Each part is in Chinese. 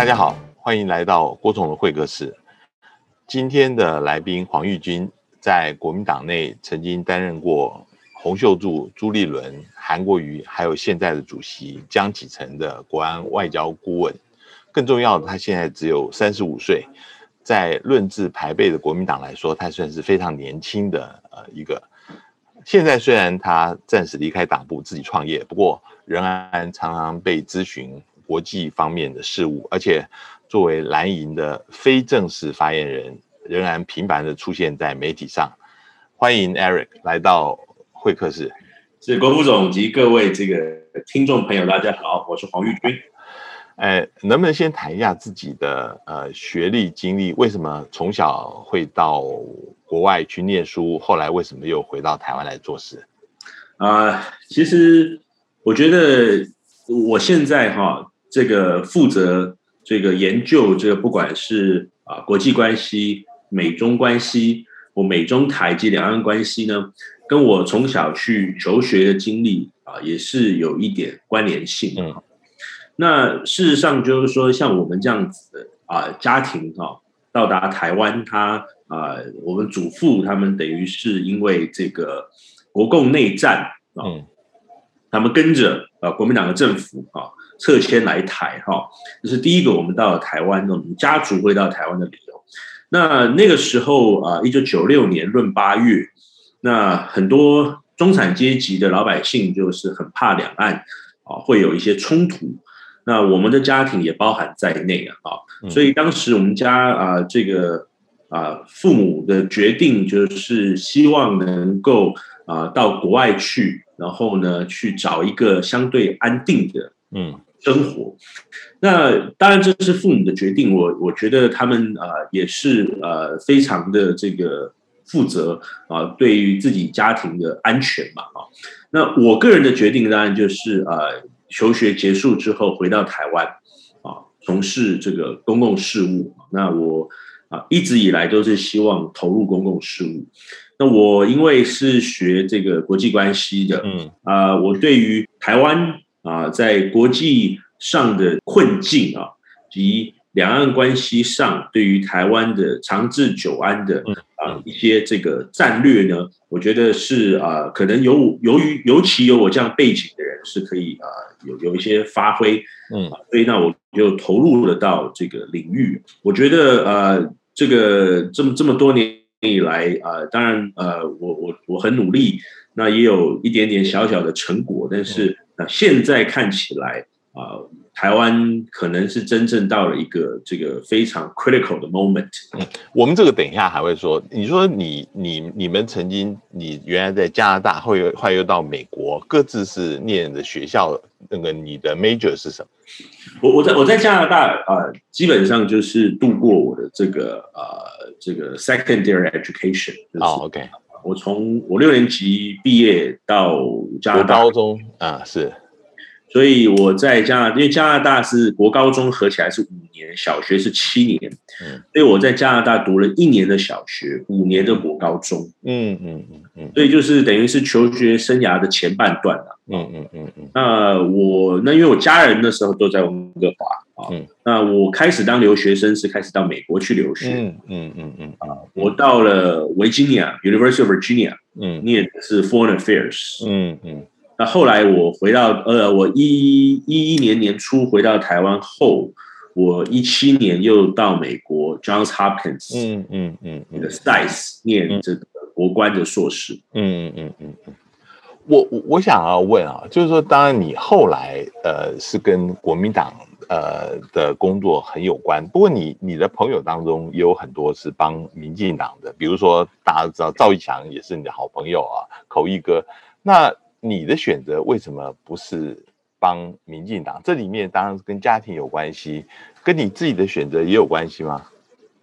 大家好，欢迎来到郭总的会客室。今天的来宾黄玉军，在国民党内曾经担任过洪秀柱、朱立伦、韩国瑜，还有现在的主席江启臣的国安外交顾问。更重要的，他现在只有35岁，在论资排辈的国民党来说，他算是非常年轻的一个。现在虽然他暂时离开党部自己创业，不过仍然常常被咨询国际方面的事务，而且作为蓝营的非正式发言人，仍然频繁的出现在媒体上。欢迎 Eric 来到会客室。 是国副总及各位这个听众朋友，大家好，我是黄玉军。 能不能先谈一下自己的学历经历？为什么从小会到国外去念书，后来为什么又回到台湾来做事？ 其实我觉得我现在这个负责这个研究这个不管是国际关系、美中关系或美中台及两岸关系呢，跟我从小去求学的经历也是有一点关联性的。那事实上就是说，像我们这样子的家庭到达台湾，我们祖父他们等于是因为这个国共内战他们跟着国民党的政府撤迁来台这是第一个我们到了台湾，我们家族会到台湾的理由。那个时候1996年闰8月，那很多中产阶级的老百姓就是很怕两岸会有一些冲突。那我们的家庭也包含在内所以当时我们家这个父母的决定就是希望能够到国外去，然后呢去找一个相对安定的生活。那当然这是父母的决定，我觉得他们也是非常的这个负责对于自己家庭的安全嘛那我个人的决定当然就是求学结束之后回到台湾从事这个公共事务。那我一直以来都是希望投入公共事务。那我因为是学这个国际关系的我对于台湾在国际上的困境及两岸关系上对于台湾的长治久安的一些这个战略呢，我觉得是可能尤其有我这样背景的人是可以有一些发挥所以那我就投入了到这个领域。我觉得这个这么多年以来当然我很努力，那也有一点点小小的成果，但是现在看起来台湾可能是真正到了一个这个非常 critical 的 moment。 我们这个等一下还会说。你说你们曾经你原来在加拿大，后来又到美国，各自是念的学校，那个你的 major 是什么？ 我在加拿大基本上就是度过我的这个secondary education。 OK。 我从6年级毕业到加拿大国高中是。 所以我在因为加拿大是国高中合起来是5年，小学是7年，所以我在加拿大读了1年的小学，5年的国高中，所以就是等于是求学生涯的前半段那因为我家人那时候都在温哥华那我开始当留学生是开始到美国去留学，我到了维吉尼亚 University of Virginia，念的是 Foreign Affairs，那后来我回到我11年年初回到台湾后，我17年又到美国 Johns Hopkins 的 Stice 念这个国关的硕士。 我想要问就是说，当然你后来是跟国民党的工作很有关，不过你的朋友当中也有很多是帮民进党的，比如说大家知道赵一翔也是你的好朋友口译哥。那你的选择为什么不是帮民进党？这里面当然是跟家庭有关系，跟你自己的选择也有关系吗？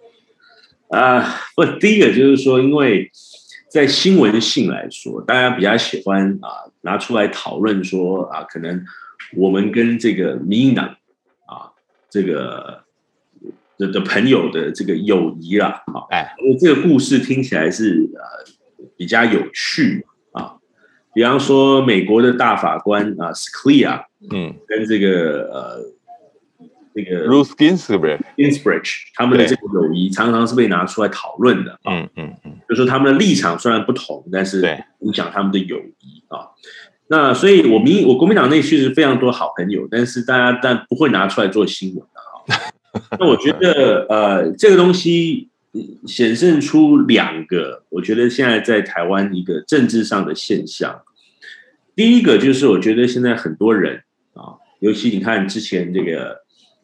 第一个就是说，因为在新闻性来说，大家比较喜欢拿出来讨论说可能我们跟这个民进党这个的朋友的这个友谊这个故事听起来是比较有趣比方说美国的大法官Scalia 跟这个这个 Ruth Ginsburg 他们的这个友谊常常是被拿出来讨论的就是说他们的立场虽然不同，但是影响他们的友谊那所以我国民党内确实非常多好朋友，但是大家但不会拿出来做新闻那我觉得这个东西显现出2个，我觉得现在在台湾一个政治上的现象。第一个就是我觉得现在很多人尤其你看之前这个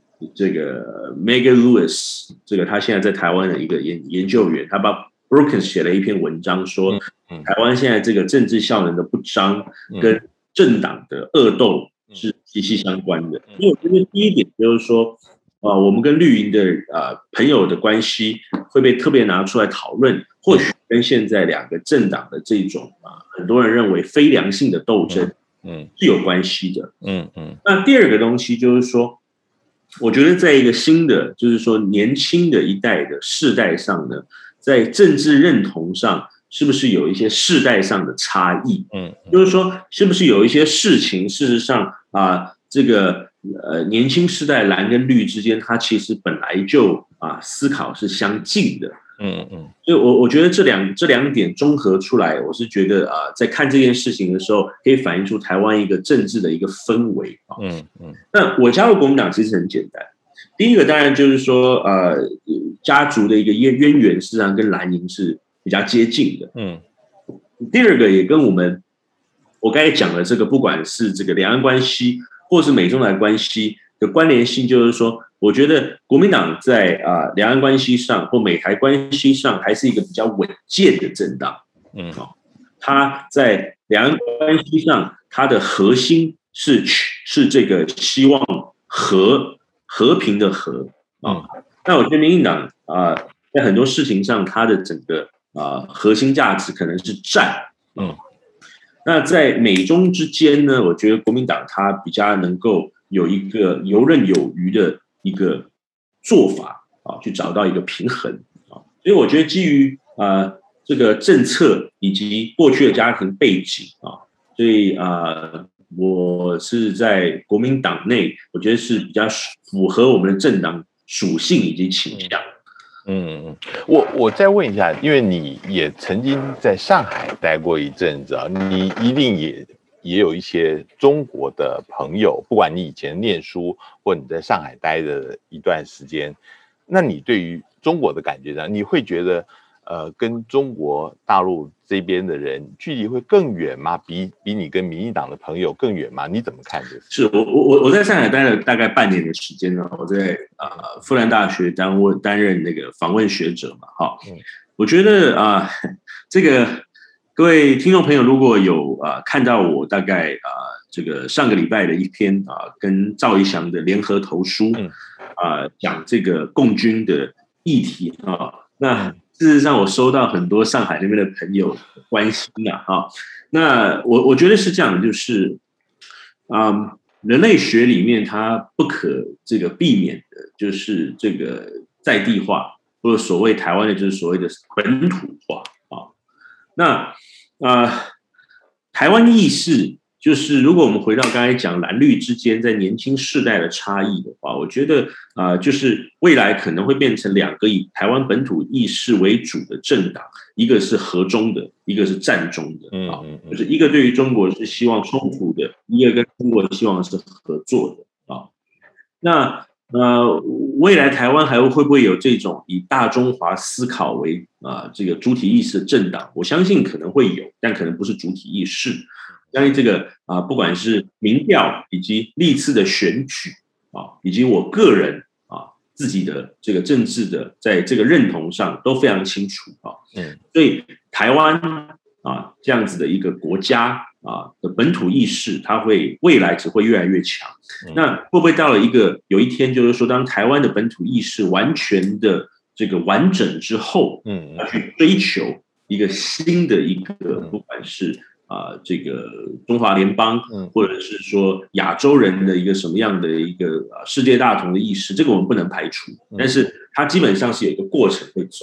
Megan Lewis 这个他现在在台湾的一个研究员，他把 Brookings 写了一篇文章说，台湾现在这个政治效能的不彰跟政党的恶斗是息息相关的。因为我觉得第一点就是说我们跟绿营的朋友的关系会被特别拿出来讨论，或许跟现在2个政党的这种很多人认为非良性的斗争是有关系的。那第2个东西就是说，我觉得在一个新的就是说年轻的一代的世代上呢，在政治认同上是不是有一些世代上的差异？就是说是不是有一些事情事实上这个年轻世代蓝跟绿之间，它其实本来就思考是相近的。所以我觉得这两点综合出来，我是觉得在看这件事情的时候，可以反映出台湾一个政治的一个氛围那我加入国民党其实很简单，第一个当然就是说家族的一个渊源，事实上跟蓝营是比较接近的。第2个也跟我刚才讲的这个，不管是这个两岸关系，或是美中台关系的关联性，就是说，我觉得国民党在两岸关系上或美台关系上，还是一个比较稳健的政党。它在两岸关系上，它的核心是这个希望和平的和那我觉得民进党在很多事情上，它的整个核心价值可能是战。那在美中之间呢，我觉得国民党它比较能够有一个游刃有余的一个做法去找到一个平衡所以我觉得基于这个政策以及过去的家庭背景所以我是在国民党内，我觉得是比较符合我们的政党属性以及倾向。 我再问一下，因为你也曾经在上海待过一阵子你一定也有一些中国的朋友，不管你以前念书或你在上海待的一段时间，那你对于中国的感觉呢？你会觉得跟中国大陆这边的人距离会更远吗？比你跟民进党的朋友更远吗？你怎么看这是我在上海待了大概半年的时间呢，我在复旦大学担任那个访问学者嘛，我觉得这个各位听众朋友如果有看到我大概这个上个礼拜的一篇跟赵一翔的联合投书讲这个共军的议题那事实上我收到很多上海那边的朋友的关心那我觉得是这样的，就是人类学里面它不可这个避免的就是这个在地化，或者所谓台湾的就是所谓的本土化那台湾意识就是如果我们回到刚才讲蓝绿之间在年轻世代的差异的话，我觉得就是未来可能会变成2个以台湾本土意识为主的政党，一个是和中的，一个是战中的就是一个对于中国是希望冲突的，一个跟中国希望是合作的那未来台湾还会不会有这种以大中华思考为这个主体意识的政党？我相信可能会有，但可能不是主体意识。相信这个不管是民调以及历次的选举以及我个人自己的这个政治的在这个认同上都非常清楚所以台湾这样子的一个国家的本土意识，它会未来只会越来越强。那会不会到了有一天，就是说，当台湾的本土意识完全的这个完整之后，要去追求一个新的一个，不管是这个中华联邦，或者是说亚洲人的一个什么样的一个世界大同的意识，这个我们不能排除，但是它基本上是有一个过程会走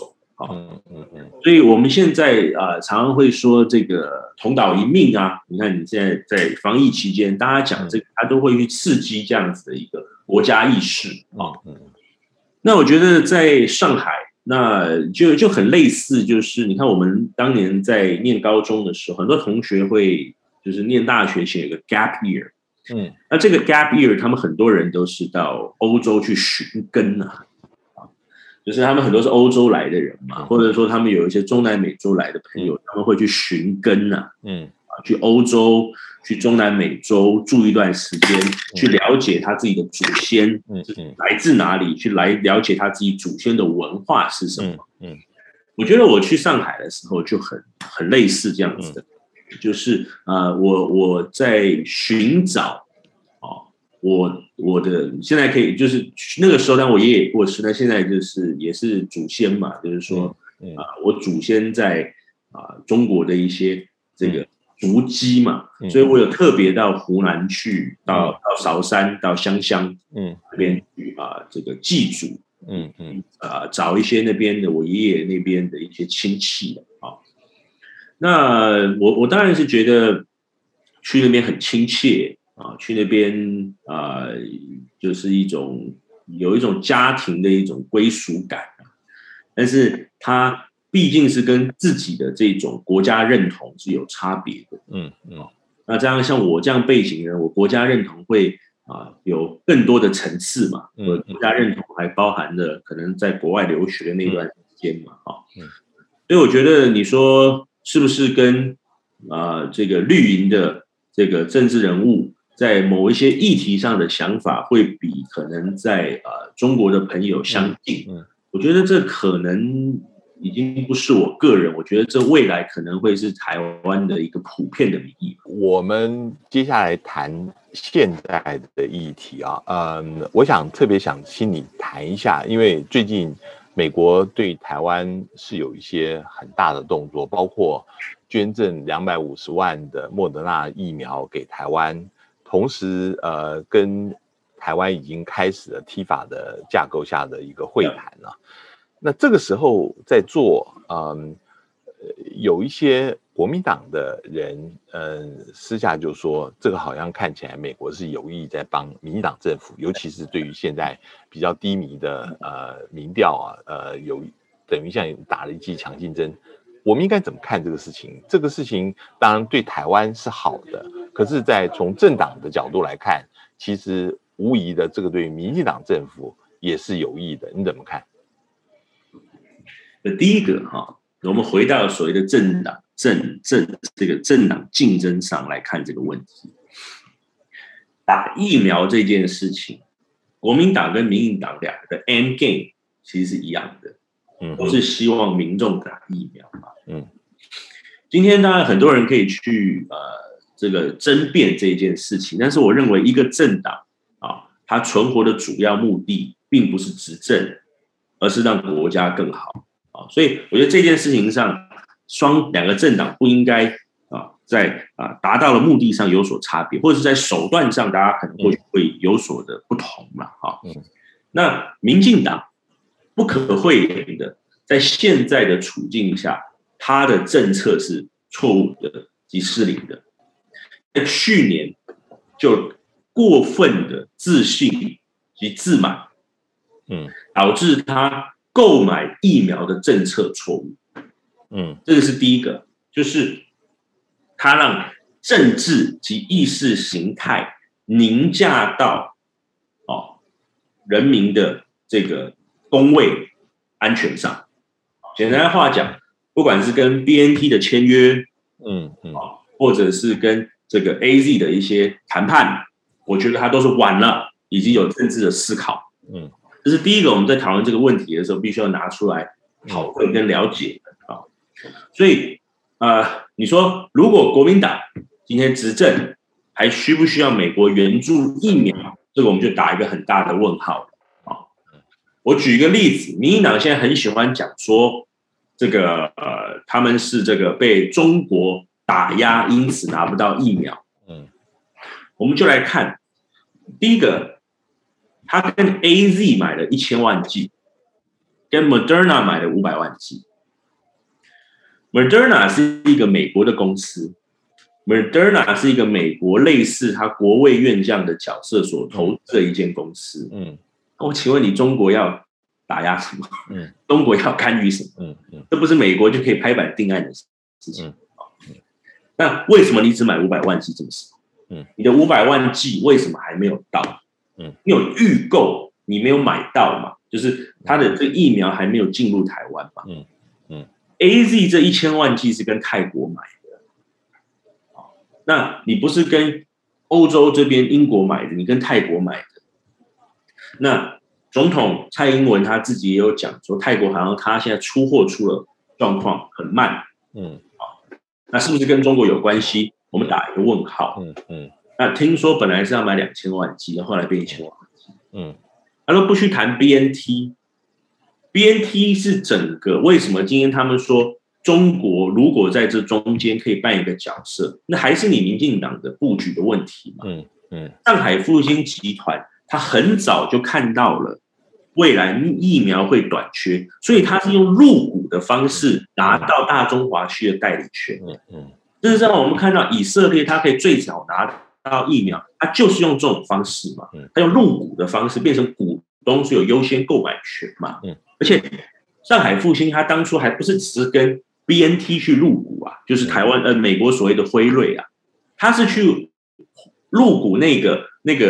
所以我们现在常常会说这个同岛一命啊，你看你现在在防疫期间，大家讲这个，他都会去刺激这样子的一个国家意识啊。那我觉得在上海，那就很类似，就是你看我们当年在念高中的时候，很多同学会就是念大学前有个 gap year， 那这个 gap year 他们很多人都是到欧洲去寻根啊。就是他们很多是欧洲来的人嘛，或者说他们有一些中南美洲来的朋友，他们会去寻根啊，去欧洲、去中南美洲住一段时间，去了解他自己的祖先来自哪里，去来了解他自己祖先的文化是什么。我觉得我去上海的时候就很类似这样子的，就是我在寻找。我的现在可以就是那个时候，当我爷爷过世，那现在就是也是祖先嘛，就是说我祖先在中国的一些这个足迹嘛，所以我有特别到湖南去，到韶山，到湘乡那边去这个祭祖，找一些那边的我爷爷那边的一些亲戚那我当然是觉得去那边很亲切。去那边就是有一种家庭的一种归属感，但是它毕竟是跟自己的这种国家认同是有差别的。那这样像我这样背景的人，我国家认同会有更多的层次嘛。我国家认同还包含了可能在国外留学的那段时间嘛。所以我觉得你说是不是跟这个绿营的这个政治人物？在某一些议题上的想法会比可能在中国的朋友相近，我觉得这可能已经不是我个人，我觉得这未来可能会是台湾的一个普遍的民意。 我们接下来谈现在的议题我特别想请你谈一下，因为最近美国对台湾是有一些很大的动作，包括捐赠250万的莫德纳疫苗给台湾。同时，跟台湾已经开始了TIFA法的架构下的一个会谈了。那这个时候在做，有一些国民党的人，私下就说，这个好像看起来美国是有意在帮民进党政府，尤其是对于现在比较低迷的民调有等于像打了一剂强心针。我们应该怎么看这个事情？这个事情当然对台湾是好的，可是在从政党的角度来看，其实无疑的这个对于民进党政府也是有益的。你怎么看？ 第一个我们回到所谓的政党这个政党竞争上来看这个问题。打疫苗这件事情，国民党跟民进党两个的 end game 其实是一样的。都是希望民众打疫苗嘛。今天当然很多人可以去这个争辩这件事情，但是我认为一个政党它存活的主要目的并不是执政，而是让国家更好所以我觉得这件事情上，两个政党不应该在达到的目的上有所差别，或者是在手段上大家可能会有所的不同嘛。那民进党不可讳言的，在现在的处境下，他的政策是错误的及失灵的。在去年就过分的自信及自满，导致他购买疫苗的政策错误。这个是第一个，就是他让政治及意识形态凌驾到人民的这个公卫安全上。简单的话讲，不管是跟 BNT 的签约，或者是跟这个 AZ 的一些谈判，我觉得它都是晚了，已经有政治的思考。这是第一个，我们在讨论这个问题的时候，必须要拿出来讨论跟了解的。所以你说如果国民党今天执政，还需不需要美国援助疫苗？这个我们就打一个很大的问号。我举一个例子，民进党现在很喜欢讲说，这个他们是这个被中国打压，因此拿不到疫苗。我们就来看第一个，他跟 AZ 买了1000万剂，跟 Moderna 买了500万剂。 Moderna 是一个美国的公司 ，Moderna 是一个美国类似他国卫院这样的角色所投资的一间公司。我请问你，中国要打压什么？中国要干预什么？这不是美国就可以拍板定案的事情。那为什么你只买500万剂这么少？你的500万剂为什么还没有到？你有预购，你没有买到嘛？就是它的这疫苗还没有进入台湾嘛？AZ 这1000万剂是跟泰国买的，那你不是跟欧洲这边英国买的，你跟泰国买的。那总统蔡英文他自己也有讲说，泰国好像他现在出货出了状况很慢，那是不是跟中国有关系？我们打一个问号。那听说本来是要买2000万剂，后来变1000万剂。他说不去谈 BNT 是整个为什么今天他们说中国如果在这中间可以扮一个角色，那还是你民进党的布局的问题嘛？上海复星集团他很早就看到了未来疫苗会短缺，所以他是用入股的方式拿到大中华区的代理权。事实上，我们看到以色列它可以最早拿到疫苗，它就是用这种方式嘛，它用入股的方式变成股东是有优先购买权嘛。而且上海复星它当初还不是只是跟 BNT 去入股啊，就是台湾美国所谓的辉瑞啊，它是去入股那个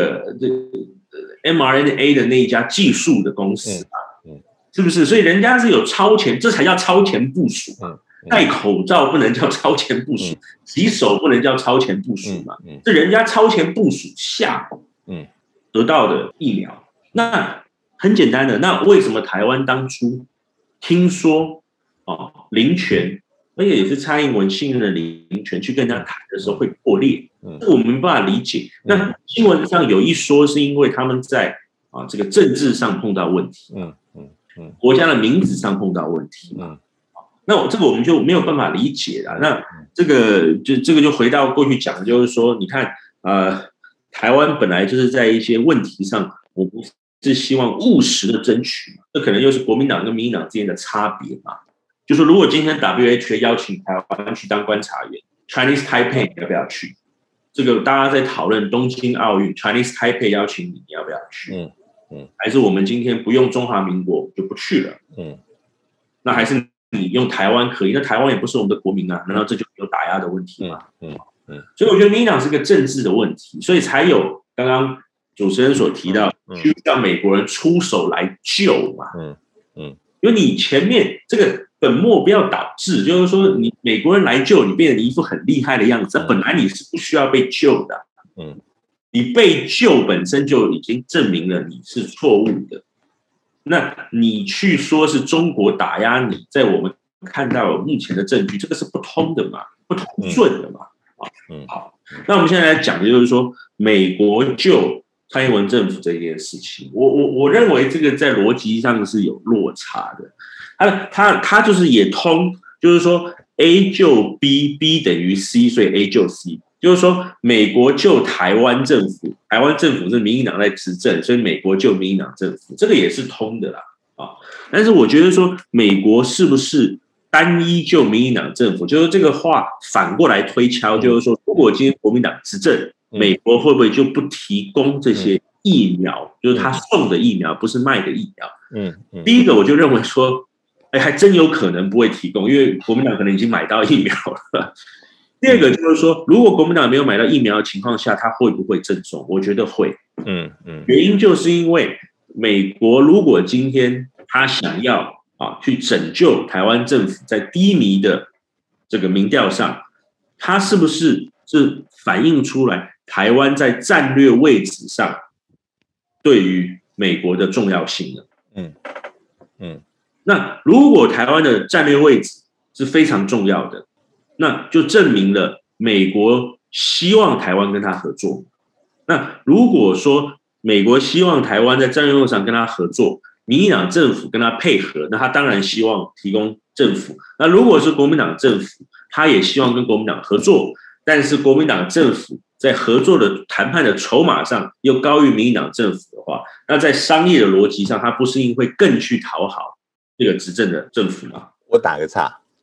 mRNA 的那一家技术的公司啊，是不是？所以人家是有超前，这才叫超前部署嘛。戴口罩不能叫超前部署，洗手不能叫超前部署嘛，是人家超前部署下得到的疫苗。那很简单的，那为什么台湾当初听说林权，而且也是蔡英文信任的林权去跟人家谈的时候会破裂？这我们没办法理解。那新闻上有一说是因为他们在这个政治上碰到问题，国家的名字上碰到问题嘛。那这个我们就没有办法理解了。那这个就回到过去讲，就是说，你看，台湾本来就是在一些问题上，我们是希望务实的争取嘛，这可能又是国民党跟民进党之间的差别嘛。就说如果今天 WHO 邀请台湾去当观察员 ，Chinese Taipei 要不要去？这个大家在讨论东京奥运 ，Chinese Taipei 邀请你要不要去？还是我们今天不用中华民国就不去了？那还是你用台湾可以？那台湾也不是我们的国民啊，难道这就有打压的问题吗？所以我觉得民进党是个政治的问题，所以才有刚刚主持人所提到，需要美国人出手来救嘛。因为你前面这个本末不要倒置，就是说你美国人来救你，变成一副很厉害的样子，本来你是不需要被救的。你被救本身就已经证明了你是错误的。那你去说是中国打压你，在我们看到目前的证据，这个是不通的嘛，不通顺的嘛。好，那我们现在来讲的就是说，美国救蔡英文政府这件事情，我认为这个在逻辑上是有落差的。他就是也通，就是说 A 救 B，B 等于 C， 所以 A 救 C。就是说，美国救台湾政府，台湾政府是民进党在执政，所以美国救民进党政府，这个也是通的啦。但是我觉得说，美国是不是单一救民进党政府？就是这个话反过来推敲，就是说，如果今天国民党执政，美国会不会就不提供这些疫苗？就是他送的疫苗，不是卖的疫苗。第一个我就认为说，还真有可能不会提供，因为国民党可能已经买到疫苗了。第二个就是说，如果国民党没有买到疫苗的情况下，他会不会赠送？我觉得会。原因就是因为美国如果今天他想要去拯救台湾政府在低迷的这个民调上，他是不是反映出来台湾在战略位置上对于美国的重要性呢？那如果台湾的战略位置是非常重要的，那就证明了美国希望台湾跟他合作。那如果说美国希望台湾在战略上跟他合作，民进党政府跟他配合，那他当然希望提供政府。那如果是国民党政府，他也希望跟国民党合作，但是国民党政府在合作的谈判的筹码上又高于民进党政府的话，那在商业的逻辑上，他不是因为更去讨好这个执政的政府吗？ 我打个岔。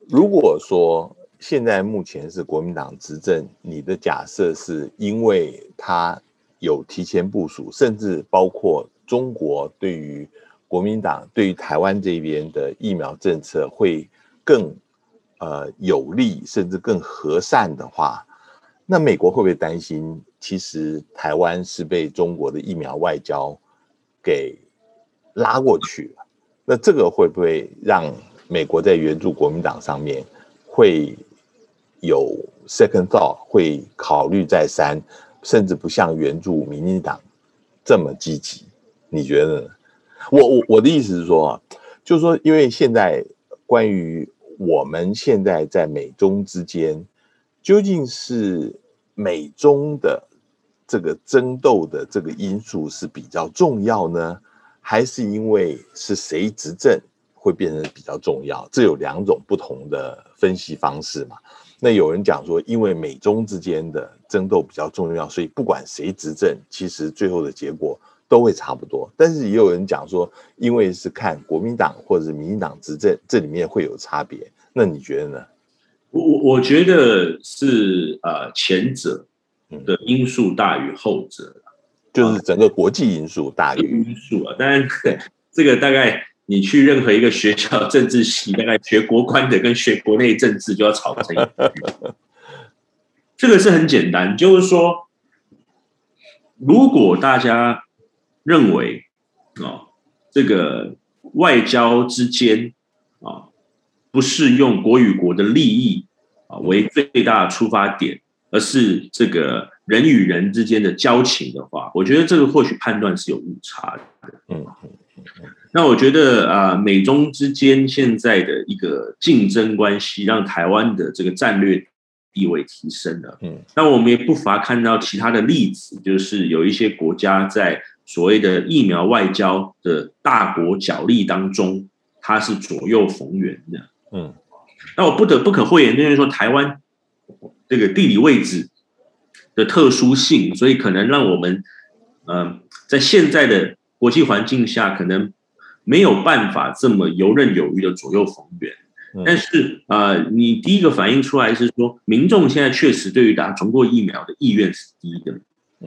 如果说现在目前是国民党执政，你的假设是因为他有提前部署，甚至包括中国对于国民党对于台湾这边的疫苗政策会更有利，甚至更和善的话，那美国会不会担心，其实台湾是被中国的疫苗外交给拉过去了？那这个会不会让美国在援助国民党上面会有 second thought， 会考虑再三，甚至不像援助民进党这么积极？你觉得呢？我的意思是说，就是说，因为现在关于我们现在在美中之间，究竟是美中的这个争斗的这个因素是比较重要呢，还是因为是谁执政会变成比较重要？这有两种不同的分析方式嘛。那有人讲说，因为美中之间的争斗比较重要，所以不管谁执政，其实最后的结果都会差不多。但是也有人讲说，因为是看国民党或者是民进党执政，这里面会有差别。那你觉得呢？ 我觉得是前者的因素大于后者， 就是整个国际因素大于因素啊。当然，这个大概你去任何一个学校政治系，大概学国关的跟学国内政治就要吵成一片。这个是很简单，就是说，如果大家认为这个外交之间不是用国与国的利益为最大的出发点，而是这个人与人之间的交情的话，我觉得这个或许判断是有误差的。那我觉得美中之间现在的一个竞争关系，让台湾的这个战略地位提升了。那我们也不乏看到其他的例子，就是有一些国家在所谓的疫苗外交的大国角力当中，它是左右逢源的。那我不可讳言，就是说台湾这个地理位置的特殊性，所以可能让我们在现在的国际环境下，可能没有办法这么游刃有余的左右逢源。但是你第一个反映出来是说，民众现在确实对于打中国疫苗的意愿是低的。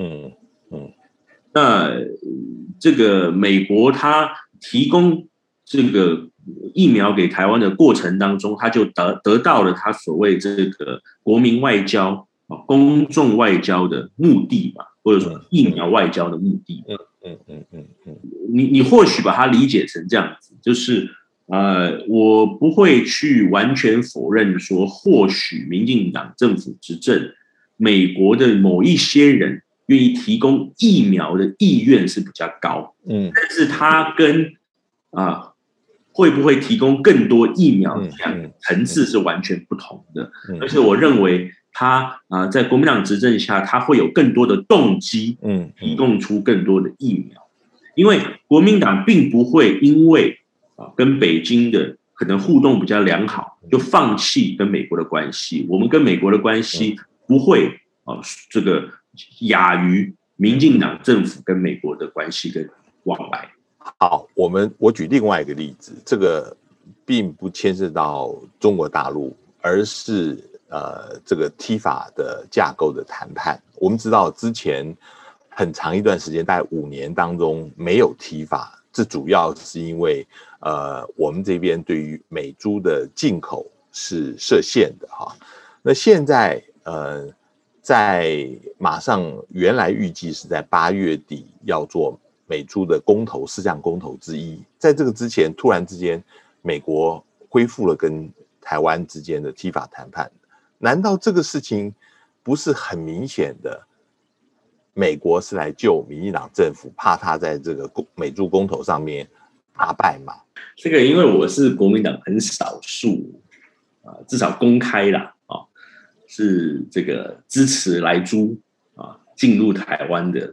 那这个美国它提供这个疫苗给台湾的过程当中，他就得到了他所谓这个国民外交、公众外交的目的嘛，或者说疫苗外交的目的。你或许把它理解成这样子，就是我不会去完全否认说，或许民进党政府执政，美国的某一些人愿意提供疫苗的意愿是比较高，但是他跟会不会提供更多疫苗这样层次是完全不同的。而且我认为他在国民党执政下，他会有更多的动机提供出更多的疫苗，因为国民党并不会因为跟北京的可能互动比较良好，就放弃跟美国的关系。我们跟美国的关系不会这个亚于民进党政府跟美国的关系跟往来。 好，我举另外一个例子，这个并不牵涉到中国大陆，而是这个 TIFA 的架构的谈判。我们知道之前很长一段时间，大概5年当中没有 TIFA， 这主要是因为我们这边对于美猪的进口是设限的哈。那现在在马上原来预计是在8月底要做美猪的公投4项公投之一，在这个之前突然之间美国恢复了跟台湾之间的 TIFA 谈判，难道这个事情不是很明显的美国是来救民进党政府，怕他在这个美猪公投上面大败吗？ 这个因为我是国民党很少数至少公开啦是这个支持莱猪进入台湾的。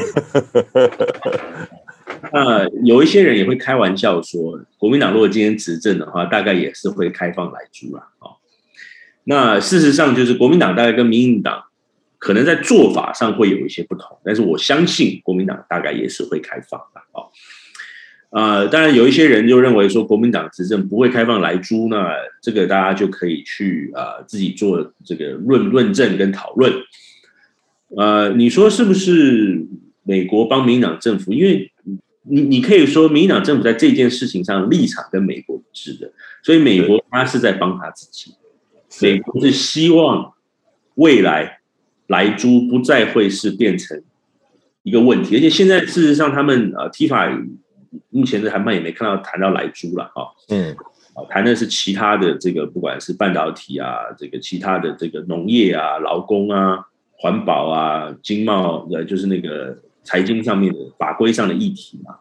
有一些人也会开玩笑说，国民党如果今天执政的话，大概也是会开放莱猪啦。那事实上就是国民党大概跟民进党可能在做法上会有一些不同，但是我相信国民党大概也是会开放的。 当然有一些人就认为说国民党执政不会开放莱猪，那这个大家就可以去自己做这个论证跟讨论。你说是不是美国帮民进党政府？因为你可以说民进党政府在这件事情上立场跟美国一致的，所以美国他是在帮他自己。美国是希望未来莱猪不再会是变成一个问题，而且现在事实上他们TIFA目前的谈判也没看到谈到莱猪了谈的是其他的这个不管是半导体啊，这个其他的这个农业啊、劳工啊、环保啊、经贸就是那个财经上面的法规上的议题嘛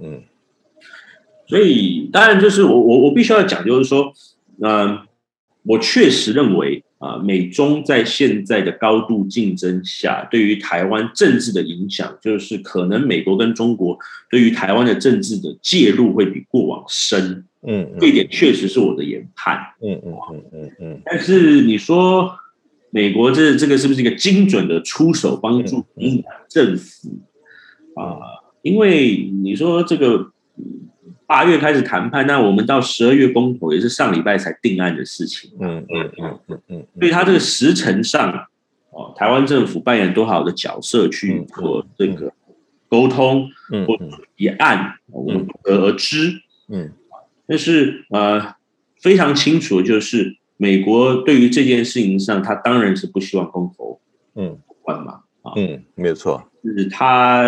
所以当然就是我必须要讲，就是说我确实认为美中在现在的高度竞争下，对于台湾政治的影响，就是可能美国跟中国对于台湾的政治的介入会比过往深。这一点确实是我的研判。但是你说美国这个是不是一个精准的出手帮助民进党政府因为你说这个8月开始谈判，那我们到12月公投也是上礼拜才定案的事情。所以他这个时程上，台湾政府扮演多少的角色去做这个沟通或提案，我们不得而知。但是非常清楚的就是，美国对于这件事情上，他当然是不希望公投换嘛。 没有错。 就是他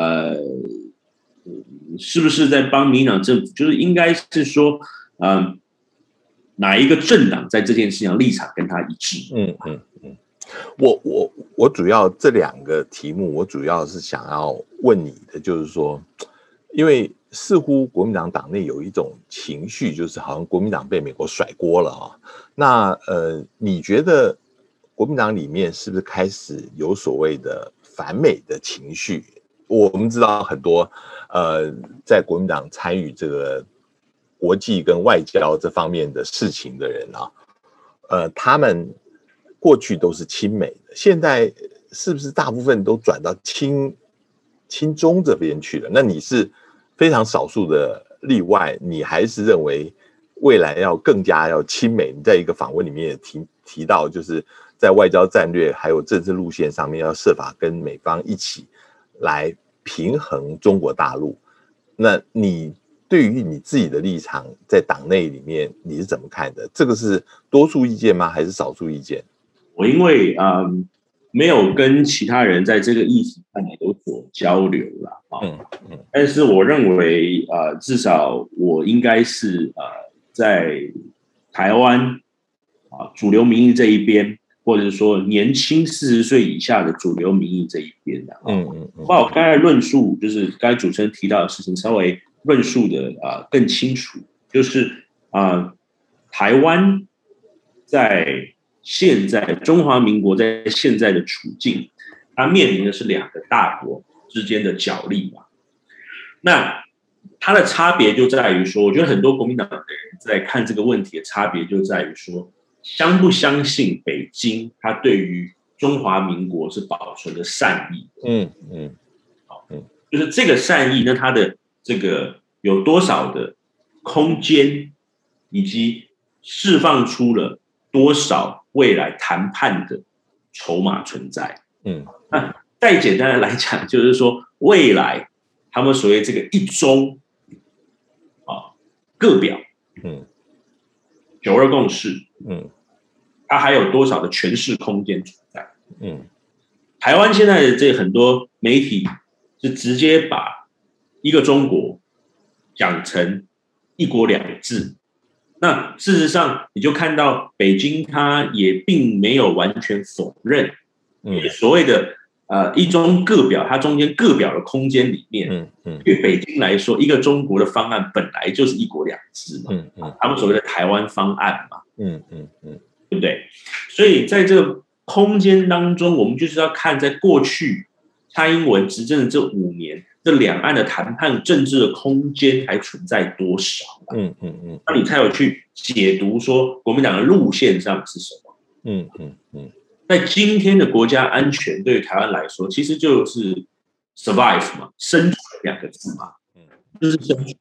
是不是在帮民进党政府？就是应该是说，哪一个政党在这件事情上立场跟他一致？ 我主要这2个题目，我主要是想要问你的，就是说，因为似乎国民党党内有一种情绪，就是好像国民党被美国甩锅了那你觉得国民党里面是不是开始有所谓的反美的情绪？我们知道很多在国民党参与这个国际跟外交这方面的事情的人他们过去都是亲美的，现在是不是大部分都转到亲中这边去了？那你是非常少数的例外，你还是认为未来要更加要亲美？你在一个访问里面也提到，就是在外交战略还有政治路线上面要设法跟美方一起来平衡中国大陆。那你对于你自己的立场在党内里面你是怎么看的？这个是多数意见吗？还是少数意见？ 我因为没有跟其他人在这个议题上面有所交流了但是我认为至少我应该是在台湾主流民意这一边，或者是说年轻40岁以下的主流民意这一边的把我刚才论述，就是刚才主持人提到的事情稍微论述的更清楚，就是台湾在现在中华民国在现在的处境，它面临的是2个大国之间的角力嘛。那它的差别就在于说，我觉得很多国民党的人在看这个问题的差别就在于说，相不相信北京它对于中华民国是保存的善意？就是这个善意呢，它的这个有多少的空间，以及释放出了多少未来谈判的筹码存在。那再简单的来讲，就是说未来他们所谓这个一中各表，92共识，它还有多少的诠释空间存在？台湾现在的这很多媒体是直接把一个中国讲成一国两制。那事实上，你就看到北京它也并没有完全否认，所谓的一中各表，它中间各表的空间里面，对北京来说，一个中国的方案本来就是一国两制嘛，他们所谓的台湾方案嘛，对不对？所以在这个空间当中，我们就是要看在过去蔡英文执政的这5年。这两岸的谈判政治的空间还存在多少？那你才有去解读说国民党的路线上是什么？在今天的国家安全对于台湾来说，其实就是 survive 嘛，生存2个字嘛，就是生存。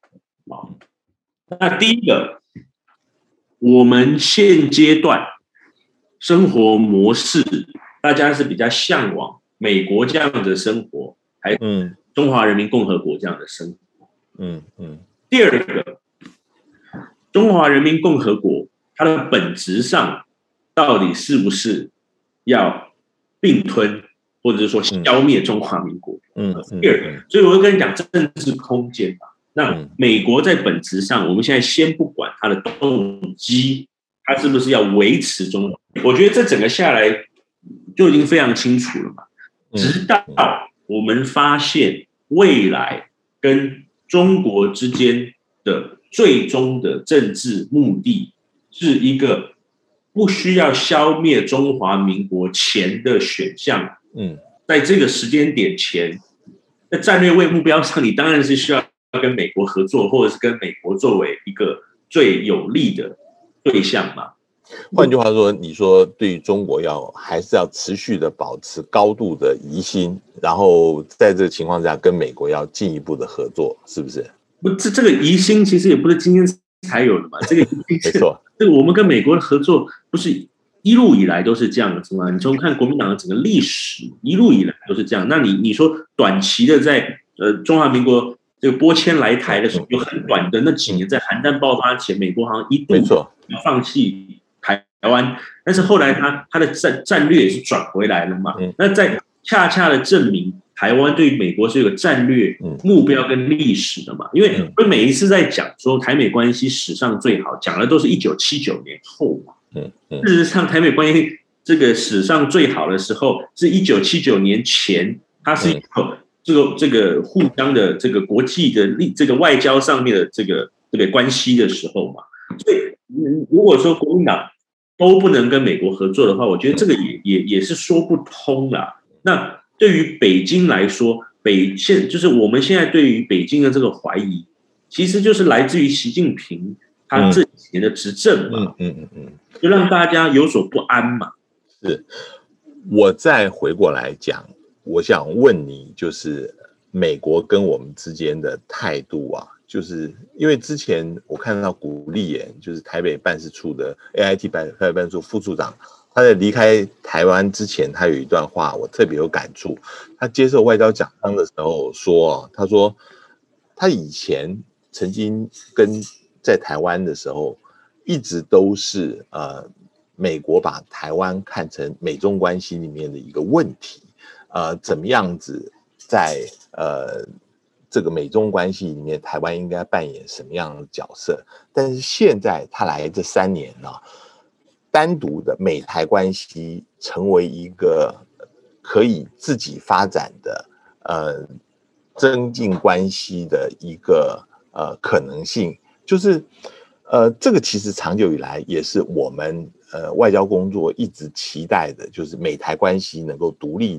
那第一个，我们现阶段生活模式，大家是比较向往美国这样的生活，还是中华人民共和国这样的生活？第二个，中华人民共和国它的本质上到底是不是要并吞，或者是说消灭中华民国？第二个，所以我会跟你讲政治空间吧。那美国在本质上，我们现在先不管它的动机，它是不是要维持中华？我觉得这整个下来就已经非常清楚了嘛。直到我们发现未来跟中国之间的最终的政治目的是一个不需要消灭中华民国前的选项。在这个时间点前，在战略目标上，你当然是需要跟美国合作，或者是跟美国作为一个最有利的对象嘛。 换句话说，你说对于中国还是要持续的保持高度的疑心，然后在这个情况下跟美国要进一步的合作，是不是？ 不，这个疑心其实也不是今天才有的嘛。这个没错， 这个我们跟美国的合作不是一路以来都是这样子吗？你从看国民党的整个历史，一路以来都是这样。那你说短期的在中华民国这个拨迁来台的时候，有很短的那几年，在韩战爆发前，美国好像一度要放弃台湾，但是后来他的战略也是转回来了嘛。那在恰恰的证明台湾对美国是有个战略目标跟历史的嘛。因为我们每一次在讲说台美关系史上最好，讲的都是1979年后嘛。事实上，台美关系这个史上最好的时候是1979年前，它是有这个互相的这个国际的这个外交上面的这个关系的时候嘛。所以，如果说国民党都不能跟美国合作的话，我觉得这个也是说不通啦。那对于北京来说，就是我们现在对于北京的这个怀疑，其实就是来自于习近平他这几年的执政嘛。就让大家有所不安嘛。 是，我再回过来讲，我想问你，就是美国跟我们之间的态度啊，就是因为之前我看到古立言，就是台北办事处的 AIT 台北办事处副处长，他在离开台湾之前，他有一段话我特别有感触。他接受外交奖章的时候说，他说他以前曾经在台湾的时候，一直都是美国把台湾看成美中关系里面的一个问题，怎么样子在这个美中关系里面，台湾应该扮演什么样的角色？但是现在他来这3年呢，单独的美台关系成为一个可以自己发展的增进关系的一个可能性，就是这个其实长久以来也是我们外交工作一直期待的，就是美台关系能够独立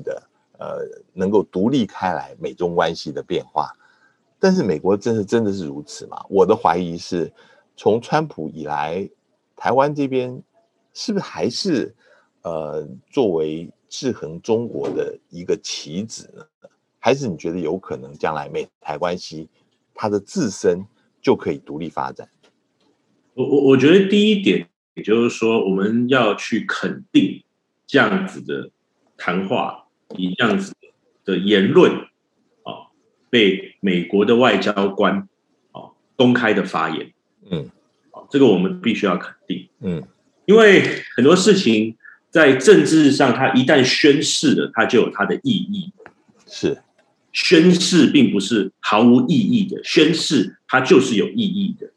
开来美中关系的变化。但是美国真的是如此吗？我的怀疑是，从川普以来，台湾这边是不是还是作为制衡中国的一个棋子呢？还是你觉得有可能将来美台关系它的自身就可以独立发展？ 我觉得第一点，也就是说，我们要去肯定这样子的谈话，以这样子的言论被美国的外交官公开的发言，这个我们必须要肯定，因为很多事情在政治上，它一旦宣示了，它就有它的意义。 是， 宣示并不是毫无意义的，宣示它就是有意义的。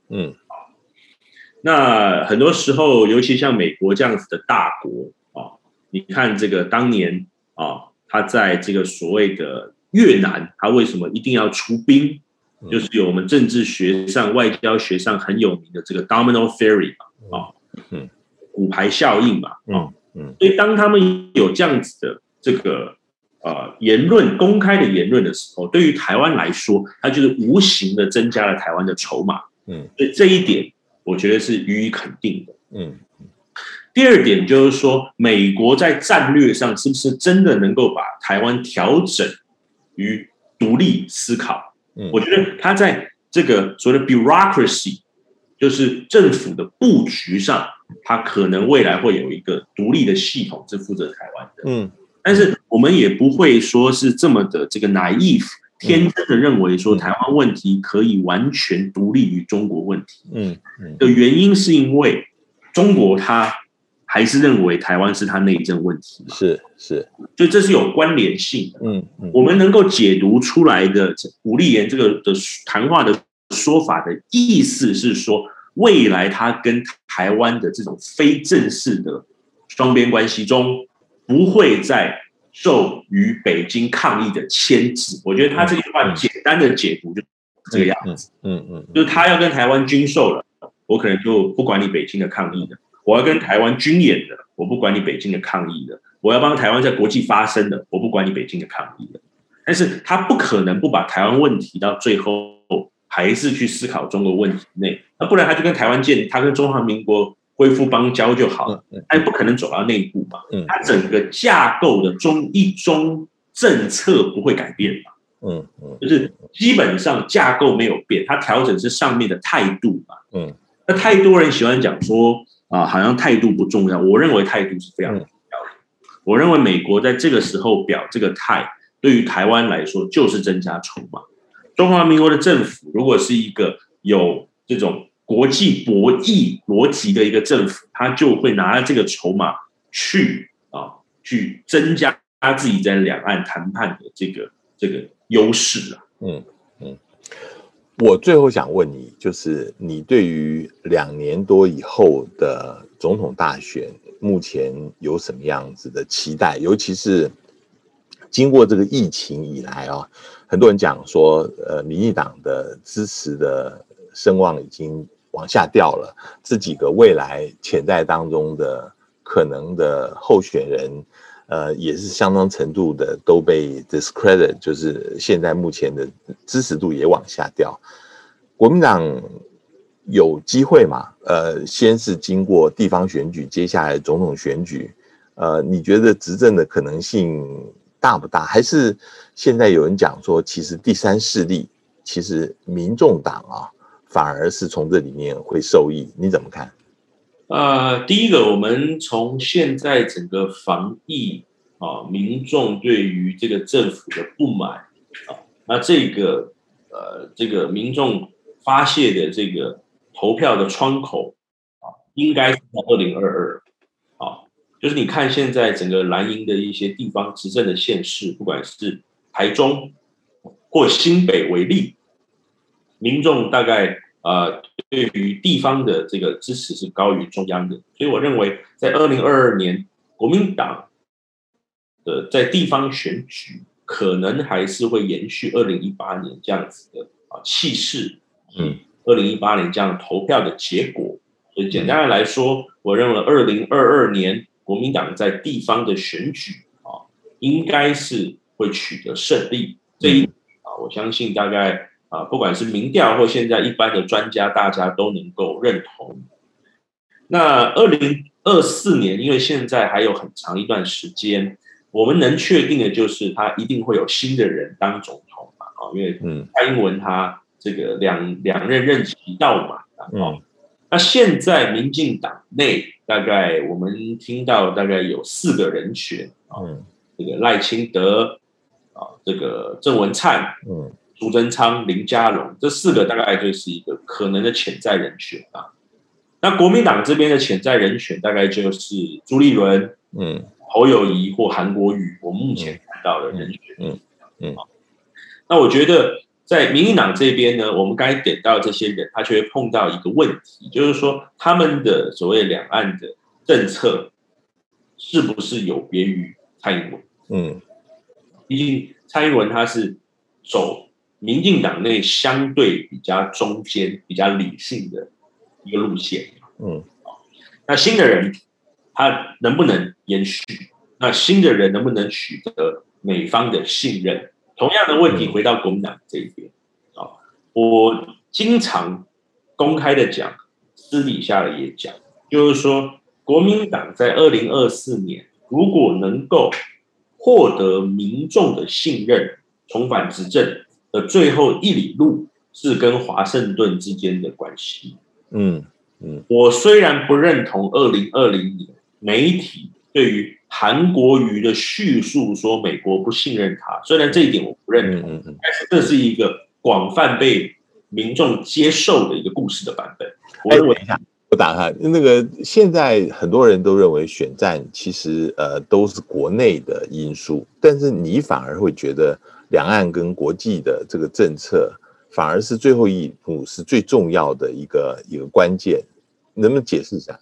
那很多时候，尤其像美国这样子的大国你看这个当年他在这个所谓的越南，他为什么一定要出兵？就是有我们政治学上、外交学上很有名的这个 domino theory 嘛，骨牌效应嘛，所以当他们有这样子的这个言论、公开的言论的时候，对于台湾来说，它就是无形的增加了台湾的筹码。所以这一点，我觉得是予以肯定的。第二点就是说，美国在战略上是不是真的能够把台湾调整于独立思考？我觉得他在这个所谓的 bureaucracy， 就是政府的布局上，它可能未来会有一个独立的系统是负责台湾的。但是我们也不会说是这么的这个 naive 天真的认为说台湾问题可以完全独立于中国问题。的原因是因为中国它还是认为台湾是它内政问题嘛， 是， 所以这是有关联性的。我们能够解读出来的吴立言这个的谈话的说法的意思是说，未来他跟台湾的这种非正式的双边关系中，不会再受于北京抗议的牵制。我觉得他这句话简单的解读就是这个样子。就是他要跟台湾军售了，我可能就不管你北京的抗议了；我要跟台湾军演的，我不管你北京的抗议了；我要帮台湾在国际发声的，我不管你北京的抗议了。但是他不可能不把台湾问题到最后还是去思考中国问题内，那不然他就跟台湾建，他跟中华民国恢复邦交就好了，他也不可能走到内部嘛。他整个架构的一中政策不会改变嘛。就是基本上架构没有变，他调整是上面的态度嘛。那太多人喜欢讲说好像态度不重要，我认为态度是非常重要的。我认为美国在这个时候表这个态，对于台湾来说就是增加筹码。中华民国的政府如果是一个有这种国际博弈逻辑的一个政府，他就会拿这个筹码去增加他自己在两岸谈判的这个优势啊。 我最后想问你，就是你对于2年多以后的总统大选，目前有什么样子的期待？尤其是经过这个疫情以来很多人讲说，民进党的支持的声望已经往下掉了，这几个未来潜在当中的可能的候选人，也是相当程度的都被 discredit， 就是现在目前的支持度也往下掉。国民党有机会嘛？先是经过地方选举，接下来总统选举，你觉得执政的可能性大不大？还是现在有人讲说，其实第三势力，其实民众党反而是从这里面会受益？你怎么看？ 第一个，我们从现在整个防疫民众对于这个政府的不满那这个民众发泄的这个投票的窗口应该是在2022就是你看现在整个蓝营的一些地方执政的县市，不管是台中或新北为例，民众大概对于地方的这个支持是高于中央的，所以我认为在2022年国民党的在地方选举可能还是会延续2018年这样子的气势，2018年这样投票的结果。所以简单的来说，我认为2022年国民党在地方的选举应该是会取得胜利。这一我相信大概不管是民调或现在一般的专家，大家都能够认同。那2024年，因为现在还有很长一段时间，我们能确定的就是他一定会有新的人当总统嘛，因为蔡英文他这个两任任期到满那现在民进党内大概我们听到大概有4个人选这个赖清德这个郑文灿苏贞昌、林佳龙，这4个大概就是一个可能的潜在人选那国民党这边的潜在人选大概就是朱立伦、侯友宜或韩国瑜，我目前看到的人选。那我觉得在民进党这边呢，我们刚才点到这些人，他就会碰到一个问题，就是说他们的所谓两岸的政策是不是有别于蔡英文？毕竟蔡英文他是走民进党内相对比较中间、比较理性的一个路线。那新的人他能不能延续？那新的人能不能取得美方的信任？同样的问题回到国民党这一边我经常公开的讲，私底下的也讲，就是说国民党在2024年如果能够获得民众的信任，重返执政的最后一里路， 是跟华盛顿之间的关系。 嗯， 我虽然不认同2020年媒体对于韩国瑜的叙述说美国不信任他，虽然这一点我不认同，但是这是一个广泛被民众接受的一个故事的版本。我认为， 等一下，我打他那个，现在很多人都认为选战其实都是国内的因素，但是你反而会觉得两岸跟国际的这个政策反而是最后一步是最重要的一个关键，能不能解释一下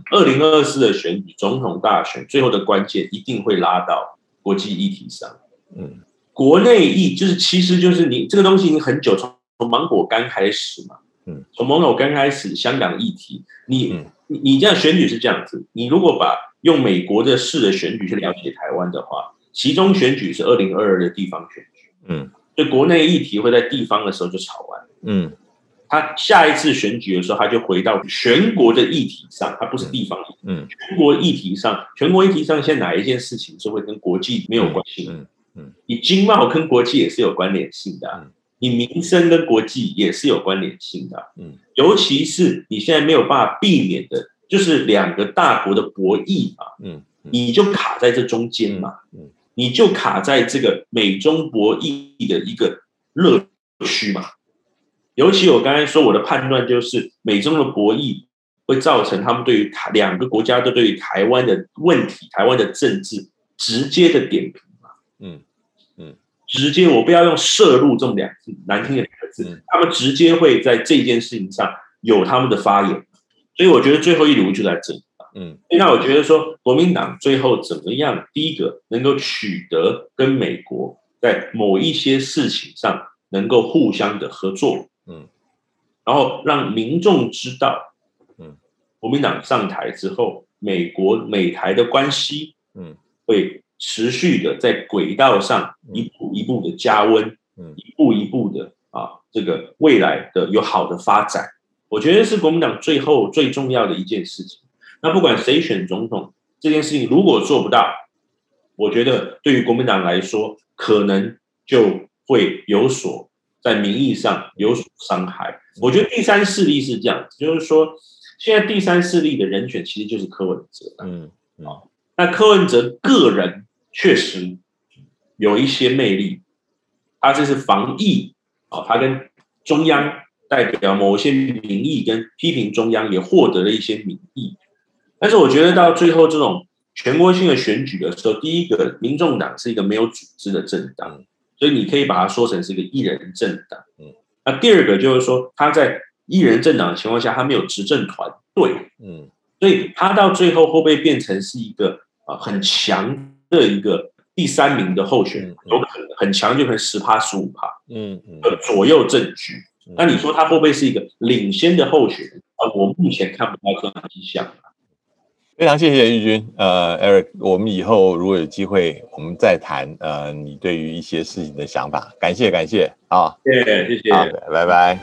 ？2024的选举总统大选最后的关键一定会拉到国际议题上。国内其实就是你这个东西已经很久，从芒果干开始嘛。从芒果干开始，香港议题，你这样选举是这样子，你如果用美国的式的选举去了解台湾的话，其中选举是2022的地方选举。所以国内议题会在地方的时候就吵完。他下一次选举的时候，他就回到全国的议题上，他不是地方议题。全国议题上，现在哪一件事情是会跟国际没有关系的？你经贸跟国际也是有关联性的。你民生跟国际也是有关联性的。尤其是你现在没有办法避免的，就是两个大国的博弈嘛。你就卡在这中间嘛。你就卡在这个美中博弈的一个热区嘛。尤其我刚才说我的判断就是美中的博弈会造成他们对于两个国家都对于台湾的问题、台湾的政治直接的点评嘛。直接，我不要用涉入这种难听的两个字，他们直接会在这件事情上有他们的发言。所以我觉得最后一炉就在这里。那我觉得说国民党最后怎么样？第一个能够取得跟美国在某一些事情上能够互相的合作。然后让民众知道，国民党上台之后，美台的关系，会持续的在轨道上一步一步的加温，一步一步的这个未来的有好的发展。我觉得是国民党最后最重要的一件事情。那不管谁选总统，这件事情如果做不到，我觉得对于国民党来说，可能就会在民意上有所伤害。我觉得第三势力是这样子，就是说现在第三势力的人选其实就是柯文哲。那柯文哲个人确实有一些魅力，他这是防疫，他跟中央代表某些民意跟批评中央也获得了一些民意。但是我觉得到最后这种全国性的选举的时候，第一个民众党是一个没有组织的政党，所以你可以把它说成是一个一人政党。那第二个就是说他在一人政党的情况下，他没有执政团队。所以他到最后会不会变成是一个很强的一个第三名的候选人？有可能很强，就可能10%、15%左右政局。那你说他会不会是一个领先的候选人？我目前看不到这样的迹象。 非常谢谢玉君，Eric， 我们以后如果有机会，我们再谈你对于一些事情的想法。感谢，好， 谢谢， 好，拜拜。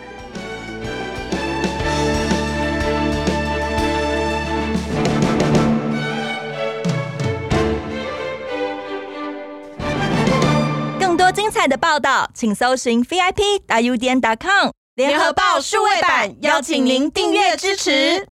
更多精彩的报道，请搜寻 VIP.UDN.com 联合报数位版，邀请您订阅支持。